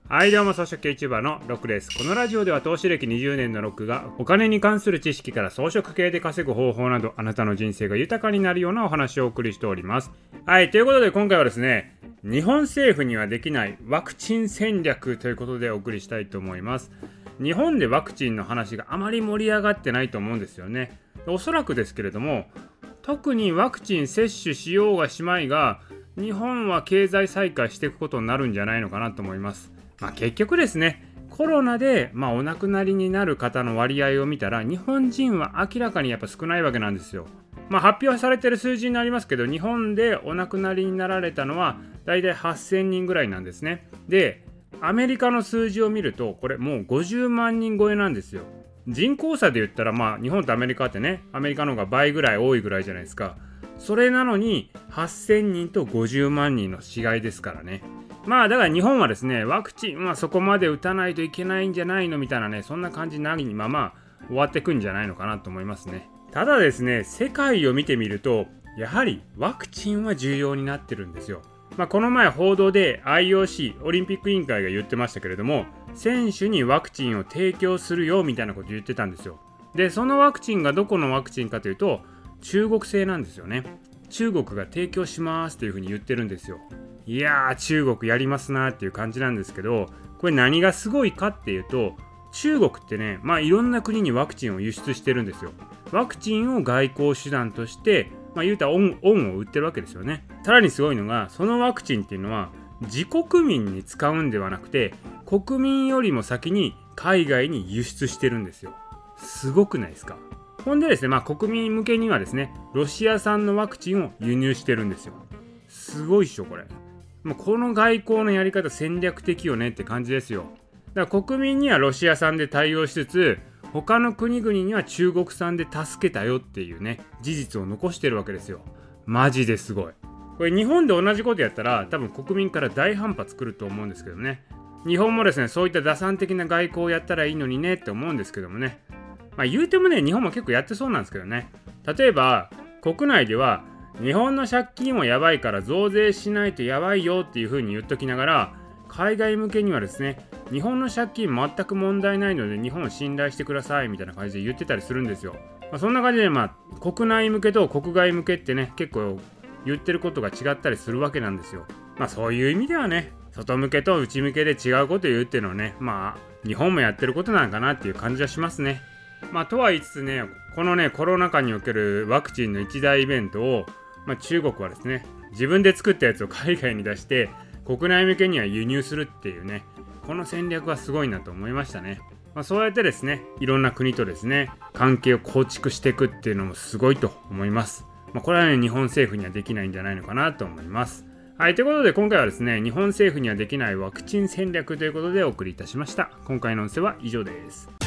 はい、どうも、草食系 YouTuber のロックです。このラジオでは投資歴20年のロックがお金に関する知識から草食系で稼ぐ方法など、あなたの人生が豊かになるようなお話をお送りしております。はい、ということで今回はですね、日本政府にはできないワクチン戦略ということでお送りしたいと思います。日本でワクチンの話があまり盛り上がってないと思うんですよね。おそらくですけれども、特にワクチン接種しようがしまいが、日本は経済再開していくことになるんじゃないのかなと思います。結局ですね、コロナで、お亡くなりになる方の割合を見たら、日本人は明らかにやっぱ少ないわけなんですよ。発表されてる数字になりますけど、日本でお亡くなりになられたのはだいたい8000人ぐらいなんですね。で、アメリカの数字を見ると、これもう50万人超えなんですよ。人口差で言ったら、日本とアメリカってね、アメリカの方が倍ぐらい多いぐらいじゃないですか。それなのに8000人と50万人の違いですからね。だから日本はですね、ワクチンはそこまで打たないといけないんじゃないのみたいなね、そんな感じになりに終わってくんじゃないのかなと思いますね。ただですね、世界を見てみると、やはりワクチンは重要になってるんですよ。この前報道で IOC オリンピック委員会が言ってましたけれども、選手にワクチンを提供するよみたいなこと言ってたんですよ。で、そのワクチンがどこのワクチンかというと、中国製なんですよね。中国が提供しますというふうに言ってるんですよ。いやー、中国やりますなっていう感じなんですけど、これ何がすごいかっていうと、中国ってね、いろんな国にワクチンを輸出してるんですよ。ワクチンを外交手段として、言うたら恩を売ってるわけですよね。さらにすごいのが、そのワクチンっていうのは自国民に使うんではなくて、国民よりも先に海外に輸出してるんですよ。すごくないですか？ほんでですね、国民向けにはですね、ロシア産のワクチンを輸入してるんですよ。すごいっしょこれ。この外交のやり方戦略的よねって感じですよ。だから国民にはロシア産で対応しつつ、他の国々には中国産で助けたよっていうね、事実を残してるわけですよ。マジですごい。これ日本で同じことやったら多分国民から大反発来ると思うんですけどね。日本もですね、そういった打算的な外交をやったらいいのにねって思うんですけどもね。言うてもね、日本も結構やってそうなんですけどね。例えば国内では日本の借金はやばいから増税しないとやばいよっていう風に言っときながら、海外向けにはですね、日本の借金全く問題ないので日本を信頼してくださいみたいな感じで言ってたりするんですよ。そんな感じで国内向けと国外向けってね、結構言ってることが違ったりするわけなんですよ。そういう意味ではね、外向けと内向けで違うこと言うっていうのはね、日本もやってることなのかなっていう感じはしますね。とは言いつつね、このね、コロナ禍におけるワクチンの一大イベントを中国はですね、自分で作ったやつを海外に出して国内向けには輸入するっていうね、この戦略はすごいなと思いましたね。そうやってですね、いろんな国とですね、関係を構築していくっていうのもすごいと思います。これはね、日本政府にはできないんじゃないのかなと思います。はい、ということで今回はですね、日本政府にはできないワクチン戦略ということでお送りいたしました。今回の音声は以上です。